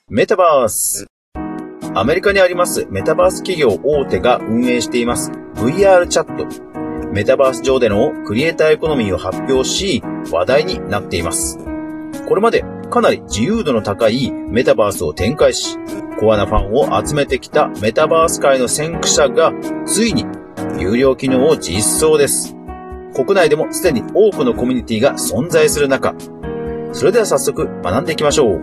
メタバース。アメリカにありますメタバース企業大手が運営しています VR チャット。メタバース上でのクリエイターエコノミーを発表し、話題になっています。これまでかなり自由度の高いメタバースを展開し、コアなファンを集めてきたメタバース界の先駆者が、ついに有料機能を実装です。国内でもすでに多くのコミュニティが存在する中、それでは早速学んでいきましょう。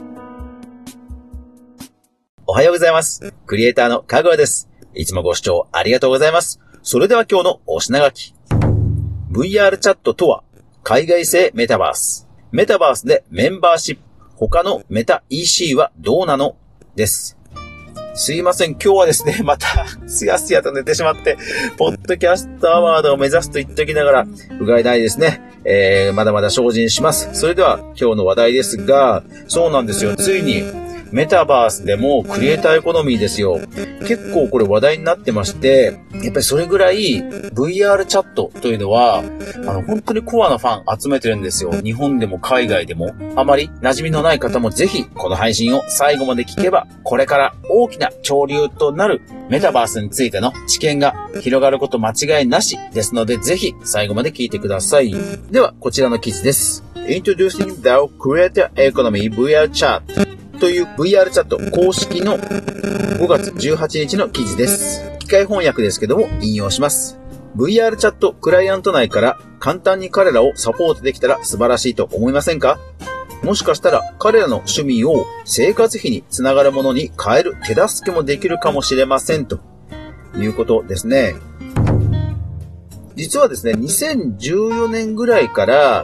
おはようございます。クリエイターのかぐわです。いつもご視聴ありがとうございます。それでは今日のお品書き。VR チャットとは、海外製メタバース。メタバースでメンバーシップ。他のメタ EC はどうなのです。すいません。今日はですね、また、すやすやと寝てしまって、ポッドキャストアワードを目指すと言っておきながら、不甲斐ないですね。まだまだ精進します。それでは、今日の話題ですが、そうなんですよ。ついに、メタバースでもクリエイターエコノミーですよ。結構これ話題になってまして、やっぱりそれぐらい VR チャットというのは、本当にコアなファン集めてるんですよ。日本でも海外でも。あまり馴染みのない方もぜひこの配信を最後まで聞けば、これから大きな潮流となるメタバースについての知見が広がること間違いなしですので、ぜひ最後まで聞いてください。では、こちらの記事です。Introducing the Creator Economy VR Chatという VR チャット公式の5月18日の記事です。機械翻訳ですけども引用します。VR チャットクライアント内から簡単に彼らをサポートできたら素晴らしいと思いませんか？もしかしたら彼らの趣味を生活費につながるものに変える手助けもできるかもしれませんということですね。実はですね、2014年ぐらいから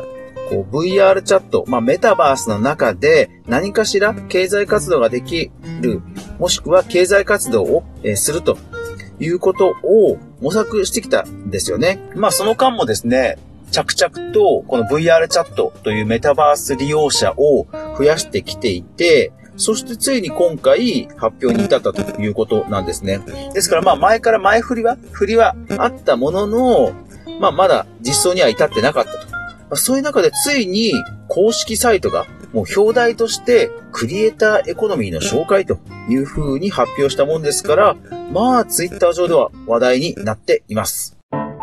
VR チャット、メタバースの中で何かしら経済活動ができる、もしくは経済活動をするということを模索してきたんですよね。その間もですね、着々とこの VR チャットというメタバース利用者を増やしてきていて、そしてついに今回発表に至ったということなんですね。ですから前から振りはあったものの、まだ実装には至ってなかったと。そういう中でついに公式サイトがもう表題としてクリエイターエコノミーの紹介という風に発表したもんですから、ツイッター上では話題になっています。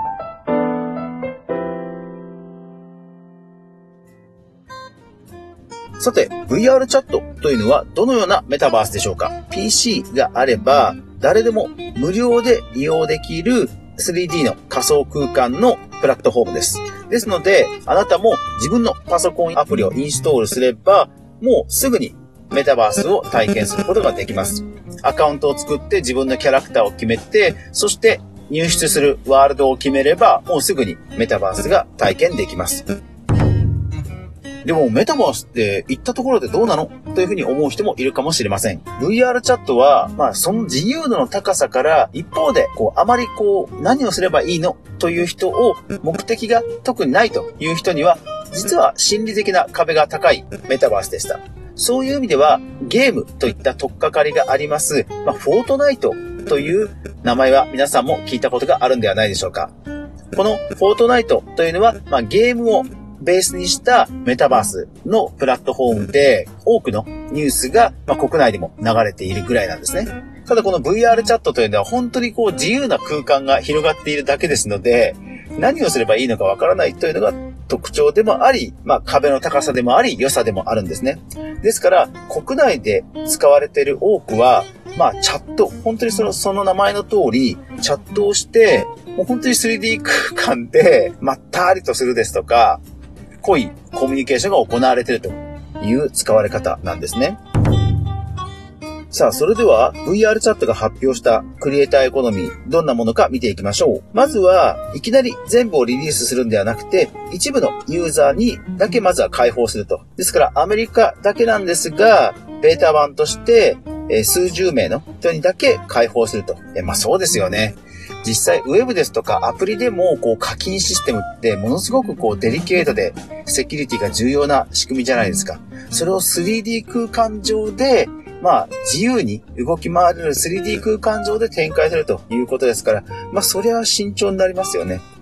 さて、VR チャットというのはどのようなメタバースでしょうか？ PC があれば誰でも無料で利用できる 3D の仮想空間のプラットフォームです。ですので、あなたも自分のパソコンアプリをインストールすれば、もうすぐにメタバースを体験することができます。アカウントを作って自分のキャラクターを決めて、そして入出するワールドを決めれば、もうすぐにメタバースが体験できます。でもメタバースって行ったところでどうなのというふうに思う人もいるかもしれません。VR チャットは、その自由度の高さから一方で、あまり何をすればいいのという人を目的が特にないという人には、実は心理的な壁が高いメタバースでした。そういう意味では、ゲームといった取っかかりがあります、フォートナイトという名前は皆さんも聞いたことがあるんではないでしょうか。このフォートナイトというのは、ゲームをベースにしたメタバースのプラットフォームで多くのニュースが国内でも流れているぐらいなんですね。ただこの VR チャットというのは本当に自由な空間が広がっているだけですので、何をすればいいのかわからないというのが特徴でもあり、壁の高さでもあり、良さでもあるんですね。ですから国内で使われている多くは、チャット、本当にその名前の通り、チャットをして、もう本当に 3D 空間でまったりとするですとか、濃いコミュニケーションが行われているという使われ方なんですね。さあ、それでは VR チャットが発表したクリエイターエコノミー、どんなものか見ていきましょう。まずはいきなり全部をリリースするんではなくて、一部のユーザーにだけまずは開放すると。ですからアメリカだけなんですが、ベータ版として数十名の人にだけ開放すると。そうですよね。実際ウェブですとかアプリでも課金システムってものすごくデリケートでセキュリティが重要な仕組みじゃないですか。それを 3D 空間上で自由に動き回れる 3D 空間上で展開するということですから、それは慎重になりますよね。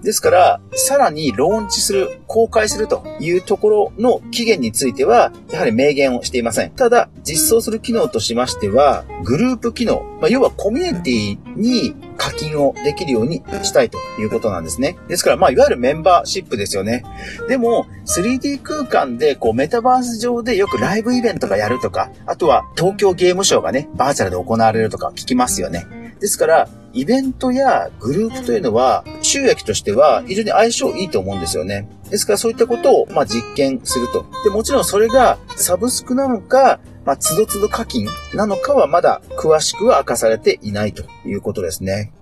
ですから、さらにローンチする、公開するというところの期限については、やはり明言をしていません。ただ、実装する機能としましては、グループ機能、要はコミュニティに課金をできるようにしたいということなんですね。ですから、いわゆるメンバーシップですよね。でも、3D 空間で、メタバース上でよくライブイベントがやるとか、あとは東京ゲームショウがね、バーチャルで行われるとか聞きますよね。ですから、イベントやグループというのは、収益としては非常に相性いいと思うんですよね。ですからそういったことを、実験すると。で、もちろんそれがサブスクなのか、つどつど課金なのかはまだ詳しくは明かされていないということですね。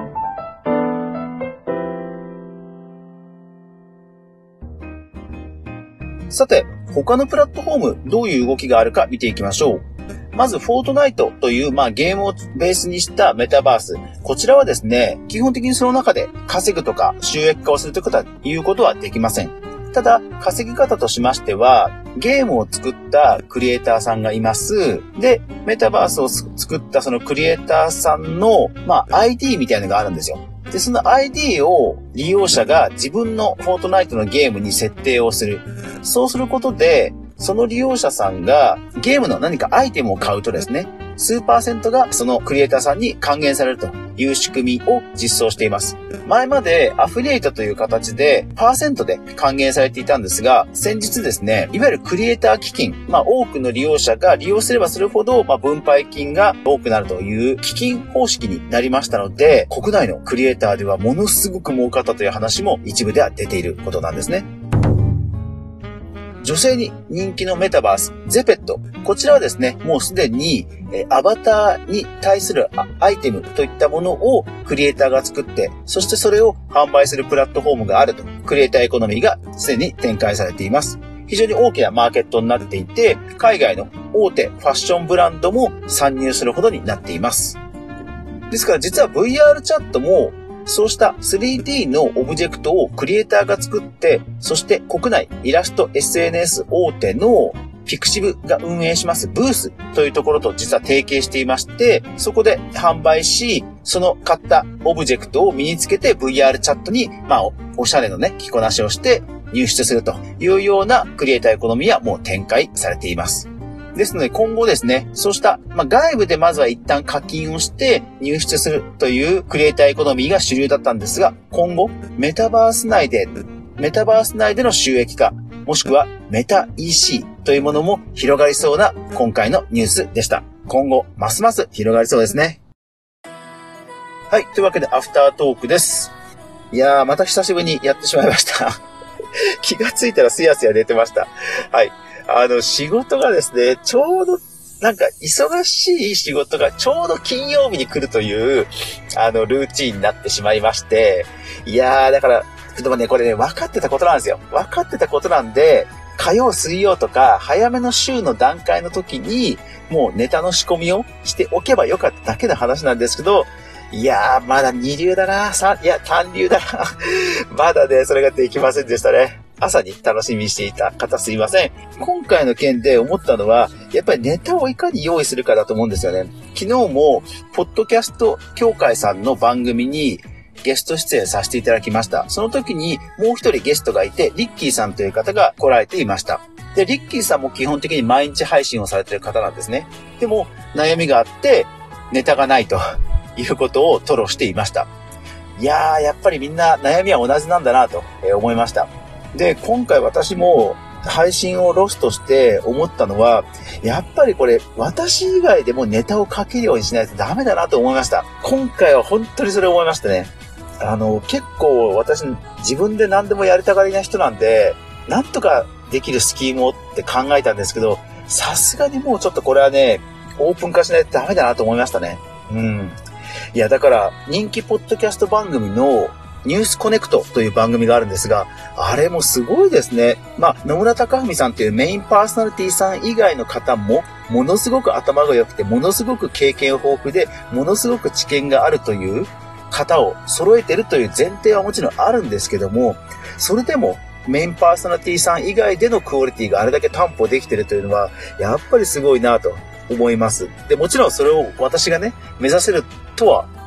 さて、他のプラットフォームどういう動きがあるか見ていきましょう。まず、フォートナイトという、ゲームをベースにしたメタバース。こちらはですね、基本的にその中で稼ぐとか収益化をするということはできません。ただ、稼ぎ方としましては、ゲームを作ったクリエイターさんがいます。で、メタバースを作ったそのクリエイターさんの、ID みたいなのがあるんですよ。で、その ID を利用者が自分のフォートナイトのゲームに設定をする。そうすることで、その利用者さんがゲームの何かアイテムを買うとですね、数%がそのクリエイターさんに還元されるという仕組みを実装しています。前までアフィリエイトという形でパーセントで還元されていたんですが、先日ですね、いわゆるクリエイター基金、多くの利用者が利用すればするほど、分配金が多くなるという基金方式になりましたので、国内のクリエイターではものすごく儲かったという話も一部では出ていることなんですね。女性に人気のメタバース、ゼペット。こちらはですね、もうすでにアバターに対するアイテムといったものをクリエイターが作って、そしてそれを販売するプラットフォームがあると。クリエイターエコノミーがすでに展開されています。非常に大きなマーケットになっていて、海外の大手ファッションブランドも参入するほどになっています。ですから実は VR チャットもそうした 3D のオブジェクトをクリエイターが作って、そして国内イラスト SNS 大手のピクシブが運営しますブースというところと実は提携していまして、そこで販売し、その買ったオブジェクトを身につけて VR チャットに、おしゃれの着こなしをして入手するというようなクリエイターエコノミーはもう展開されています。ですので今後ですね、そうした、外部でまずは一旦課金をして入手するというクリエイターエコノミーが主流だったんですが、今後メタバース内での収益化、もしくはメタ EC というものも広がりそうな今回のニュースでした。今後ますます広がりそうですね。はい、というわけでアフタートークです。いやー、また久しぶりにやってしまいました。気がついたらすやすや出てました。はい。仕事がですね、ちょうど、忙しい仕事がちょうど金曜日に来るという、ルーチンになってしまいまして、いやー、だから、でもね、これね、分かってたことなんですよ。分かってたことなんで、火曜、水曜とか、早めの週の段階の時に、もうネタの仕込みをしておけばよかっただけの話なんですけど、いやー、まだ二流だな、単流だな。まだね、それができませんでしたね。朝に楽しみにしていた方すいません。今回の件で思ったのは、やっぱりネタをいかに用意するかだと思うんですよね。昨日も、ポッドキャスト協会さんの番組にゲスト出演させていただきました。その時にもう一人ゲストがいて、リッキーさんという方が来られていました。で、リッキーさんも基本的に毎日配信をされている方なんですね。でも、悩みがあって、ネタがないということを吐露していました。いやー、やっぱりみんな悩みは同じなんだなと思いました。で、今回私も配信をロストして思ったのは、やっぱりこれ私以外でもネタを書けるようにしないとダメだなと思いました。今回は本当にそれを思いましたね。結構私自分で何でもやりたがりな人なんで、なんとかできるスキームをって考えたんですけど、さすがにもうちょっとこれはね、オープン化しないとダメだなと思いましたね。いや、だから人気ポッドキャスト番組のニュースコネクトという番組があるんですが、あれもすごいですね。野村貴文さんというメインパーソナリティさん以外の方も、ものすごく頭が良くて、ものすごく経験豊富で、ものすごく知見があるという方を揃えているという前提はもちろんあるんですけども、それでもメインパーソナリティさん以外でのクオリティがあれだけ担保できているというのは、やっぱりすごいなと思います。で、もちろんそれを私がね、目指せるとは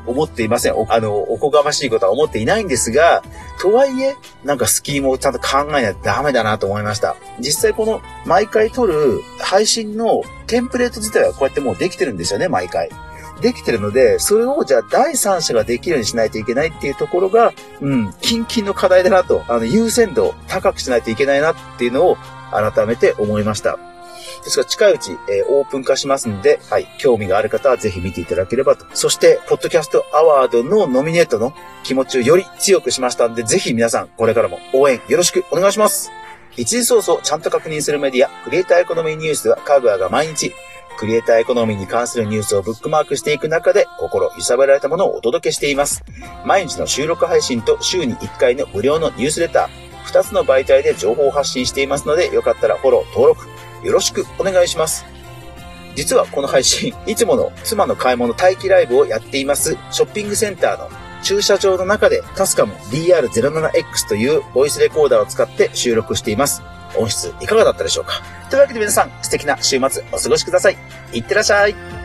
思っていません。おこがましいことは思っていないんですが、とはいえ、なんかスキームをちゃんと考えないとダメだなと思いました。実際この毎回撮る配信のテンプレート自体はこうやってもうできてるんですよね、毎回。できてるので、それをじゃあ第三者ができるようにしないといけないっていうところが、近々の課題だなと、優先度を高くしないといけないなっていうのを改めて思いました。ですから近いうち、オープン化しますので、はい、興味がある方はぜひ見ていただければと。そして、ポッドキャストアワードのノミネートの気持ちをより強くしましたので、ぜひ皆さん、これからも応援よろしくお願いします。一時ソースをちゃんと確認するメディア、クリエイターエコノミーニュースでは、かぐわが毎日、クリエイターエコノミーに関するニュースをブックマークしていく中で、心揺さぶられたものをお届けしています。毎日の収録配信と週に1回の無料のニュースレター、2つの媒体で情報を発信していますので、よかったらフォロー、登録、よろしくお願いします。実はこの配信、いつもの妻の買い物待機ライブをやっていますショッピングセンターの駐車場の中でタスカム DR07X というボイスレコーダーを使って収録しています。音質いかがだったでしょうか。というわけで皆さん、素敵な週末お過ごしください。いってらっしゃい。